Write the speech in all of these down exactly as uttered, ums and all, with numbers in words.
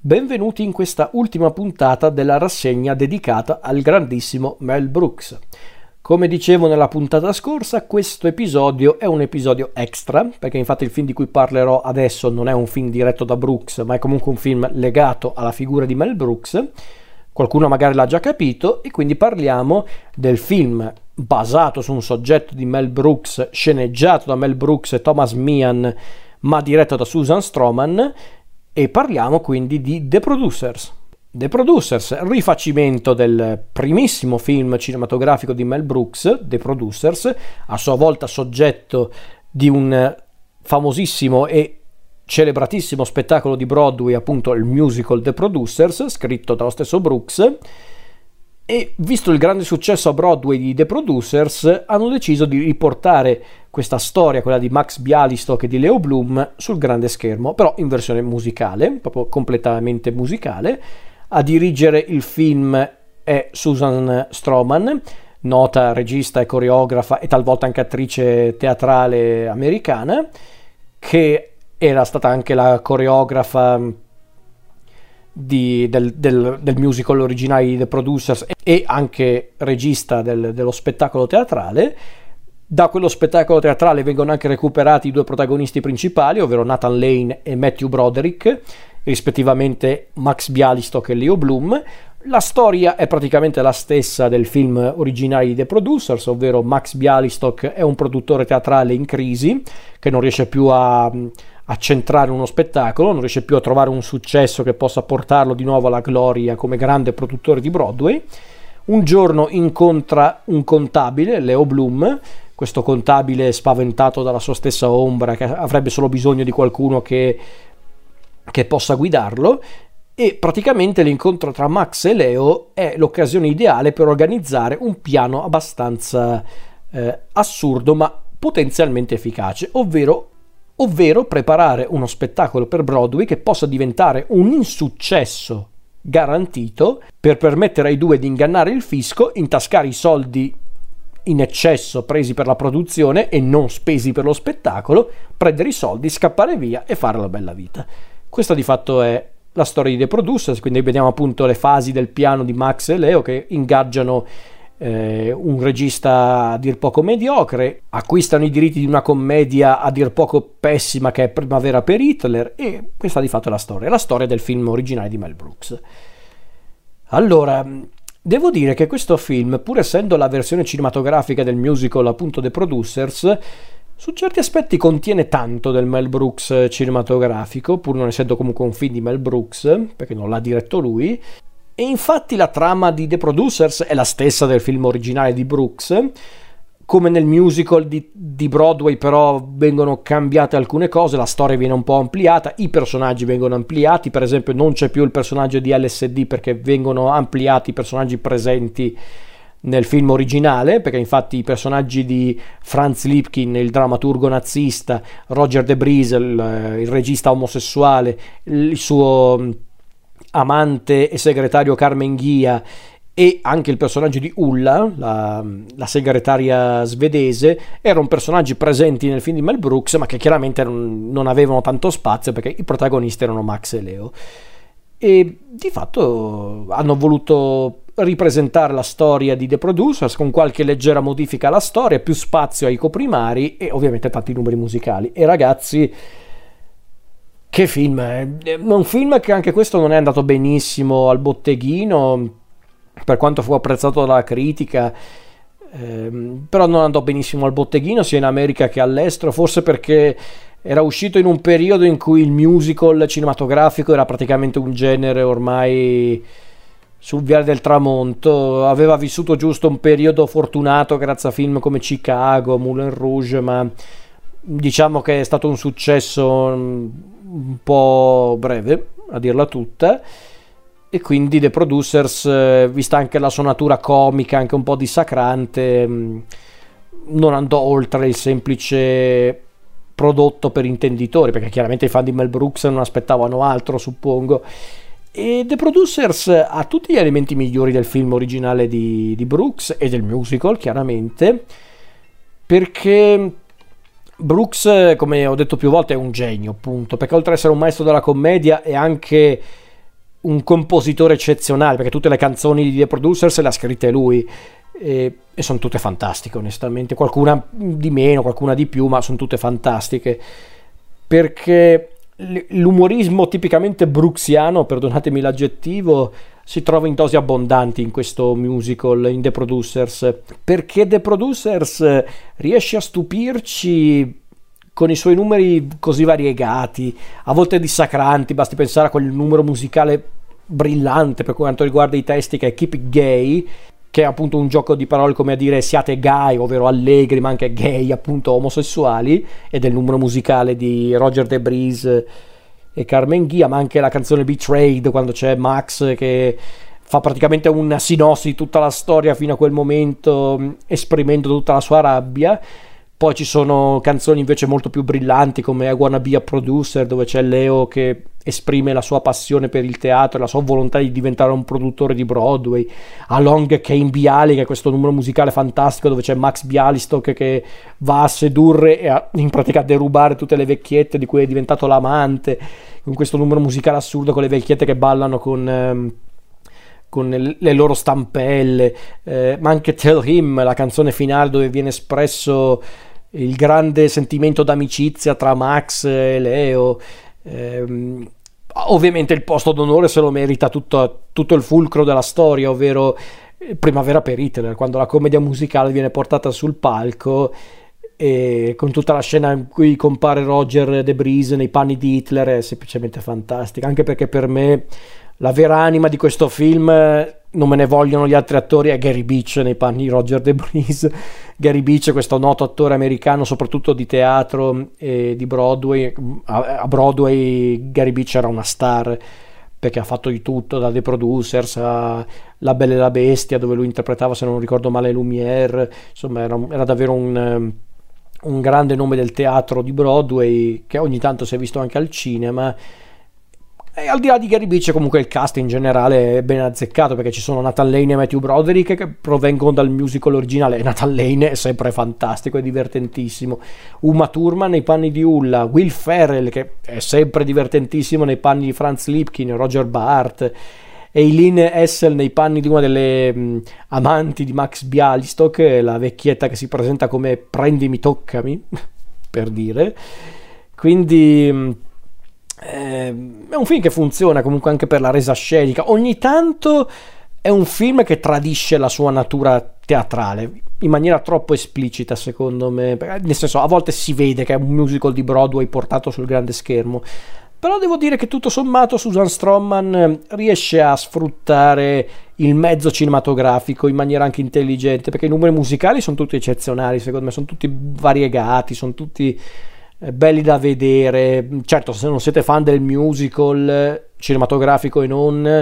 Benvenuti in questa ultima puntata della rassegna dedicata al grandissimo Mel Brooks. Come dicevo nella puntata scorsa, questo episodio è un episodio extra, perché infatti il film di cui parlerò adesso non è un film diretto da Brooks, ma è comunque un film legato alla figura di Mel Brooks. Qualcuno magari l'ha già capito, e quindi parliamo del film basato su un soggetto di Mel Brooks, sceneggiato da Mel Brooks e Thomas Meehan, ma diretto da Susan Stroman, e parliamo quindi di The Producers. The Producers, rifacimento del primissimo film cinematografico di Mel Brooks, The Producers, a sua volta soggetto di un famosissimo e celebratissimo spettacolo di Broadway, appunto il musical The Producers, scritto dallo stesso Brooks. E visto il grande successo a Broadway di The Producers, hanno deciso di riportare questa storia, quella di Max Bialystock e di Leo Bloom, sul grande schermo, però in versione musicale, proprio completamente musicale. A dirigere il film è Susan Stroman, nota regista e coreografa e talvolta anche attrice teatrale americana, che era stata anche la coreografa Di, del, del, del musical originale di The Producers e anche regista del, dello spettacolo teatrale. Da quello spettacolo teatrale vengono anche recuperati i due protagonisti principali, ovvero Nathan Lane e Matthew Broderick, rispettivamente Max Bialystock e Leo Bloom. La storia è praticamente la stessa del film originale di The Producers, ovvero Max Bialystock è un produttore teatrale in crisi che non riesce più a a centrare uno spettacolo, non riesce più a trovare un successo che possa portarlo di nuovo alla gloria come grande produttore di Broadway. Un giorno incontra un contabile, Leo Bloom, questo contabile spaventato dalla sua stessa ombra, che avrebbe solo bisogno di qualcuno che, che possa guidarlo, e praticamente l'incontro tra Max e Leo è l'occasione ideale per organizzare un piano abbastanza eh, assurdo ma potenzialmente efficace, ovvero ovvero preparare uno spettacolo per Broadway che possa diventare un insuccesso garantito, per permettere ai due di ingannare il fisco, intascare i soldi in eccesso presi per la produzione e non spesi per lo spettacolo, prendere i soldi, scappare via e fare la bella vita. Questa di fatto è la storia di The Producers, quindi vediamo appunto le fasi del piano di Max e Leo che ingaggiano Eh, un regista a dir poco mediocre, acquistano i diritti di una commedia a dir poco pessima che è Primavera per Hitler, e questa di fatto è la storia, la storia del film originale di Mel Brooks. Allora, devo dire che questo film, pur essendo la versione cinematografica del musical appunto The Producers, su certi aspetti contiene tanto del Mel Brooks cinematografico, pur non essendo comunque un film di Mel Brooks, perché non l'ha diretto lui. E infatti la trama di The Producers è la stessa del film originale di Brooks. Come nel musical di, di Broadway però vengono cambiate alcune cose, la storia viene un po' ampliata, i personaggi vengono ampliati, per esempio non c'è più il personaggio di L S D perché vengono ampliati i personaggi presenti nel film originale, perché infatti i personaggi di Franz Lipkin, il drammaturgo nazista, Roger De Brise, il, il regista omosessuale, il suo amante e segretario Carmen Ghia, e anche il personaggio di Ulla, la, la segretaria svedese, erano personaggi presenti nel film di Mel Brooks ma che chiaramente non, non avevano tanto spazio perché i protagonisti erano Max e Leo, e di fatto hanno voluto ripresentare la storia di The Producers con qualche leggera modifica alla storia, più spazio ai coprimari e ovviamente tanti numeri musicali. E ragazzi, che film è? Un film che anche questo non è andato benissimo al botteghino, per quanto fu apprezzato dalla critica, ehm, però non andò benissimo al botteghino sia in America che all'estero, forse perché era uscito in un periodo in cui il musical cinematografico era praticamente un genere ormai sul viale del tramonto. Aveva vissuto giusto un periodo fortunato grazie a film come Chicago, Moulin Rouge, ma diciamo che è stato un successo un po' breve, a dirla tutta, e quindi The Producers, vista anche la sua natura comica, anche un po' dissacrante, non andò oltre il semplice prodotto per intenditori, perché chiaramente i fan di Mel Brooks non aspettavano altro, suppongo. E The Producers ha tutti gli elementi migliori del film originale di, di Brooks e del musical, chiaramente, perché Brooks, come ho detto più volte, è un genio, appunto, perché oltre ad essere un maestro della commedia è anche un compositore eccezionale, perché tutte le canzoni di The Producers le ha scritte lui, e, e sono tutte fantastiche onestamente, qualcuna di meno, qualcuna di più, ma sono tutte fantastiche, perché l'umorismo tipicamente brooksiano, perdonatemi l'aggettivo, si trova in dosi abbondanti in questo musical, in The Producers, perché The Producers riesce a stupirci con i suoi numeri così variegati, a volte dissacranti. Basti pensare a quel numero musicale brillante per quanto riguarda i testi, che è Keep It Gay, che è appunto un gioco di parole come a dire siate gay, ovvero allegri, ma anche gay, appunto omosessuali, ed è il numero musicale di Roger Debris e Carmen Ghia, ma anche la canzone Betrayed, quando c'è Max che fa praticamente una sinossi di tutta la storia fino a quel momento, esprimendo tutta la sua rabbia. Poi ci sono canzoni invece molto più brillanti come I Wanna Be a Producer, dove c'è Leo che esprime la sua passione per il teatro e la sua volontà di diventare un produttore di Broadway. Along Came Bialy, che è questo numero musicale fantastico dove c'è Max Bialystock che va a sedurre e a, in pratica a derubare tutte le vecchiette di cui è diventato l'amante, con questo numero musicale assurdo con le vecchiette che ballano con... Ehm, con le loro stampelle, eh, ma anche Tell Him, la canzone finale dove viene espresso il grande sentimento d'amicizia tra Max e Leo. Eh, ovviamente il posto d'onore se lo merita tutto, tutto il fulcro della storia, ovvero Primavera per Hitler, quando la commedia musicale viene portata sul palco, e con tutta la scena in cui compare Roger Debris nei panni di Hitler è semplicemente fantastica, anche perché per me la vera anima di questo film, non me ne vogliono gli altri attori, è Gary Beach nei panni di Roger Debris. Gary Beach, questo noto attore americano soprattutto di teatro e di Broadway. A Broadway Gary Beach era una star, perché ha fatto di tutto, da The Producers a La Bella e la Bestia, dove lui interpretava, se non ricordo male, Lumière. Insomma era, era davvero un, un grande nome del teatro di Broadway, che ogni tanto si è visto anche al cinema. E al di là di Gary Beach, comunque il cast in generale è ben azzeccato, perché ci sono Nathan Lane e Matthew Broderick che provengono dal musical originale, e Nathan Lane è sempre fantastico, è divertentissimo. Uma Thurman nei panni di Ulla, Will Ferrell che è sempre divertentissimo nei panni di Franz Lipkin, Roger Bart, Eileen Hessel nei panni di una delle mh, amanti di Max Bialystock, la vecchietta che si presenta come prendimi toccami per dire. Quindi mh, è un film che funziona comunque anche per la resa scenica. Ogni tanto è un film che tradisce la sua natura teatrale in maniera troppo esplicita, secondo me, nel senso, a volte si vede che è un musical di Broadway portato sul grande schermo, però devo dire che tutto sommato Susan Stroman riesce a sfruttare il mezzo cinematografico in maniera anche intelligente, perché i numeri musicali sono tutti eccezionali, secondo me sono tutti variegati, sono tutti belli da vedere. Certo, se non siete fan del musical cinematografico e non,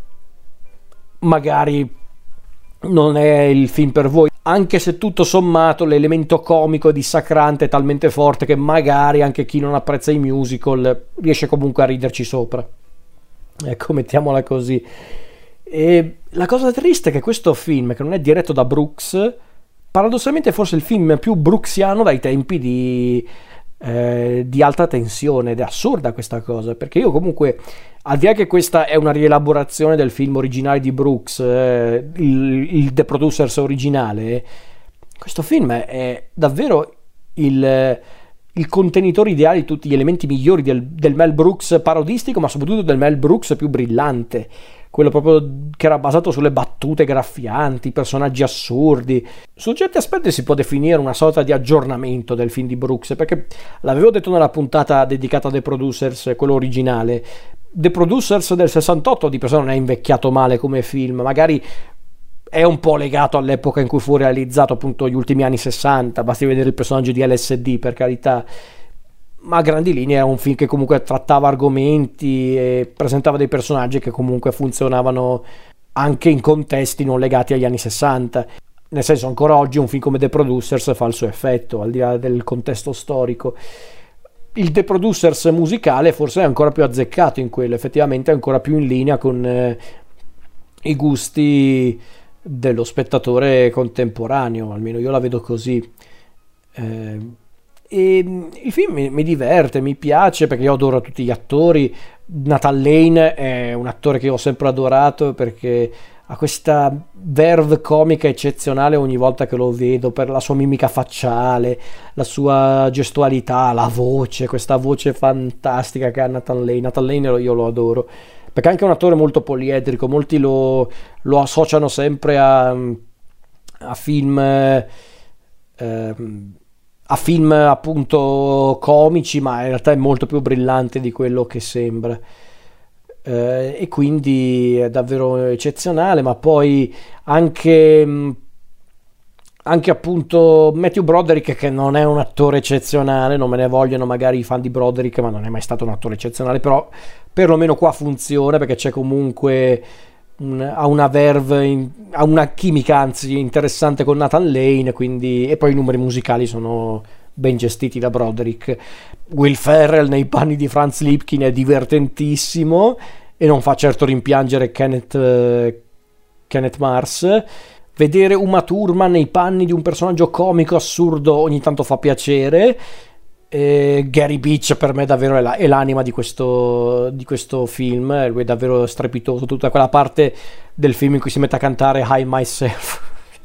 magari non è il film per voi, anche se tutto sommato l'elemento comico e dissacrante è talmente forte che magari anche chi non apprezza i musical riesce comunque a riderci sopra, ecco, mettiamola così. E la cosa triste è che questo film, che non è diretto da Brooks, paradossalmente è forse il film più brooksiano dai tempi di Eh, di Alta Tensione, ed è assurda questa cosa, perché io comunque, al di là che questa è una rielaborazione del film originale di Brooks, eh, il, il The Producers originale, questo film è, è davvero il, il contenitore ideale di tutti gli elementi migliori del, del Mel Brooks parodistico, ma soprattutto del Mel Brooks più brillante, quello proprio che era basato sulle battute graffianti, personaggi assurdi. Su certi aspetti si può definire una sorta di aggiornamento del film di Brooks, perché l'avevo detto nella puntata dedicata a The Producers, quello originale, The Producers del sessantotto di per sé non è invecchiato male come film, magari è un po' legato all'epoca in cui fu realizzato, appunto gli ultimi anni sessanta, basti vedere il personaggio di L S D, per carità, ma a grandi linee era un film che comunque trattava argomenti e presentava dei personaggi che comunque funzionavano anche in contesti non legati agli anni sessanta. Nel senso, ancora oggi un film come The Producers fa il suo effetto, al di là del contesto storico. Il The Producers musicale forse è ancora più azzeccato in quello, effettivamente è ancora più in linea con eh, i gusti dello spettatore contemporaneo, almeno io la vedo così. Eh, E il film mi, mi diverte, mi piace, perché io adoro tutti gli attori, Nathan Lane è un attore che ho sempre adorato perché ha questa verve comica eccezionale ogni volta che lo vedo, per la sua mimica facciale, la sua gestualità, la voce, questa voce fantastica che ha Nathan Lane. Nathan Lane io lo adoro, perché è anche un attore molto poliedrico, molti lo, lo associano sempre a, a film... Eh, a film appunto comici, ma in realtà è molto più brillante di quello che sembra. Eh, e quindi è davvero eccezionale. Ma poi anche anche appunto Matthew Broderick, che non è un attore eccezionale, non me ne vogliono magari i fan di Broderick, ma non è mai stato un attore eccezionale, però perlomeno qua funziona perché c'è comunque un, ha una verve in, ha una chimica anzi interessante con Nathan Lane, quindi, e poi i numeri musicali sono ben gestiti da Broderick. Will Ferrell nei panni di Franz Lipkin è divertentissimo e non fa certo rimpiangere Kenneth, uh, Kenneth Mars. Vedere Uma Thurman nei panni di un personaggio comico assurdo ogni tanto fa piacere. E Gary Beach per me davvero è, la, è l'anima di questo, di questo film. Lui è davvero strepitoso, tutta quella parte del film in cui si mette a cantare Hi Myself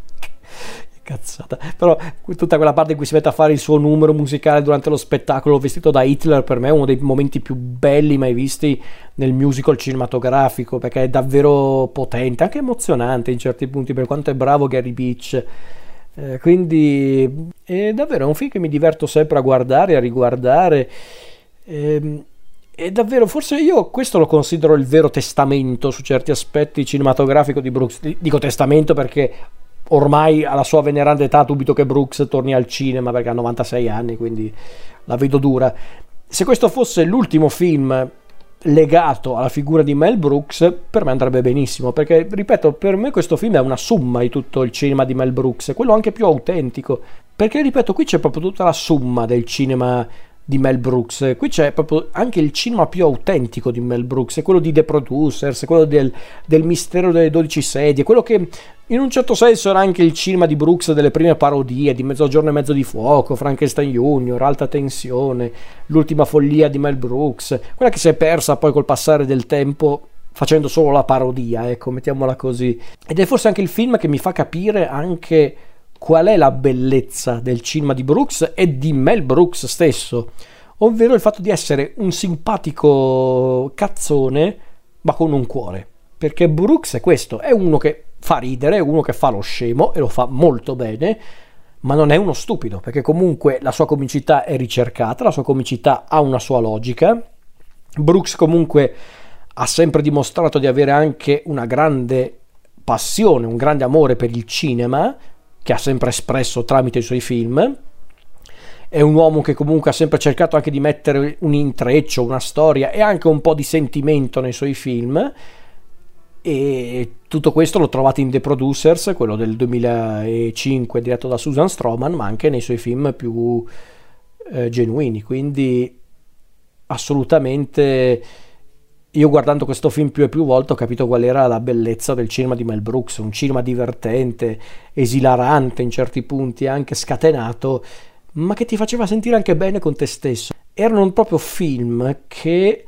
cazzata, però tutta quella parte in cui si mette a fare il suo numero musicale durante lo spettacolo vestito da Hitler, per me è uno dei momenti più belli mai visti nel musical cinematografico, perché è davvero potente, anche emozionante in certi punti, per quanto è bravo Gary Beach. Eh, quindi è davvero un film che mi diverto sempre a guardare e a riguardare. Eh, è davvero, forse io questo lo considero il vero testamento su certi aspetti cinematografico di Brooks. Dico testamento perché ormai alla sua veneranda età dubito che Brooks torni al cinema, perché ha novantasei anni, quindi la vedo dura. Se questo fosse l'ultimo film legato alla figura di Mel Brooks, per me andrebbe benissimo, perché ripeto, per me questo film è una summa di tutto il cinema di Mel Brooks, quello anche più autentico, perché ripeto, qui c'è proprio tutta la summa del cinema di Mel Brooks, qui c'è proprio anche il cinema più autentico di Mel Brooks, quello di The Producers, quello del, del mistero delle dodici sedie, quello che in un certo senso era anche il cinema di Brooks delle prime parodie, di Mezzogiorno e mezzo di fuoco, Frankenstein Junior, Alta tensione, L'ultima follia di Mel Brooks, quella che si è persa poi col passare del tempo facendo solo la parodia, ecco, mettiamola così. Ed è forse anche il film che mi fa capire anche qual è la bellezza del cinema di Brooks e di Mel Brooks stesso, ovvero il fatto di essere un simpatico cazzone ma con un cuore, perché Brooks è questo, è uno che fa ridere, è uno che fa lo scemo e lo fa molto bene, ma non è uno stupido, perché comunque la sua comicità è ricercata, la sua comicità ha una sua logica. Brooks comunque ha sempre dimostrato di avere anche una grande passione, un grande amore per il cinema, che ha sempre espresso tramite i suoi film. È un uomo che comunque ha sempre cercato anche di mettere un intreccio, una storia e anche un po' di sentimento nei suoi film, e tutto questo lo trovate in The Producers, quello del duemilacinque diretto da Susan Stroman, ma anche nei suoi film più eh, genuini. Quindi assolutamente, io guardando questo film più e più volte ho capito qual era la bellezza del cinema di Mel Brooks, un cinema divertente, esilarante in certi punti, anche scatenato, ma che ti faceva sentire anche bene con te stesso. Erano proprio film che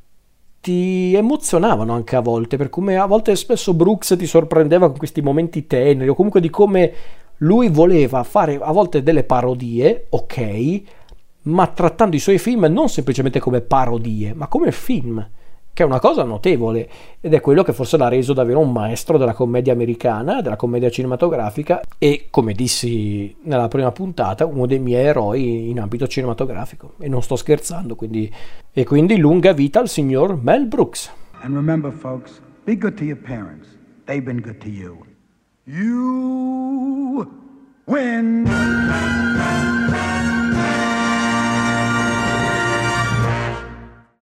ti emozionavano anche a volte, per come a volte spesso Brooks ti sorprendeva con questi momenti teneri, o comunque di come lui voleva fare a volte delle parodie, ok, ma trattando i suoi film non semplicemente come parodie, ma come film, che è una cosa notevole, ed è quello che forse l'ha reso davvero un maestro della commedia americana, della commedia cinematografica, e come dissi nella prima puntata, uno dei miei eroi in ambito cinematografico, e non sto scherzando, quindi e quindi lunga vita al signor Mel Brooks. And remember folks, be good to your parents. They've been good to you. You win.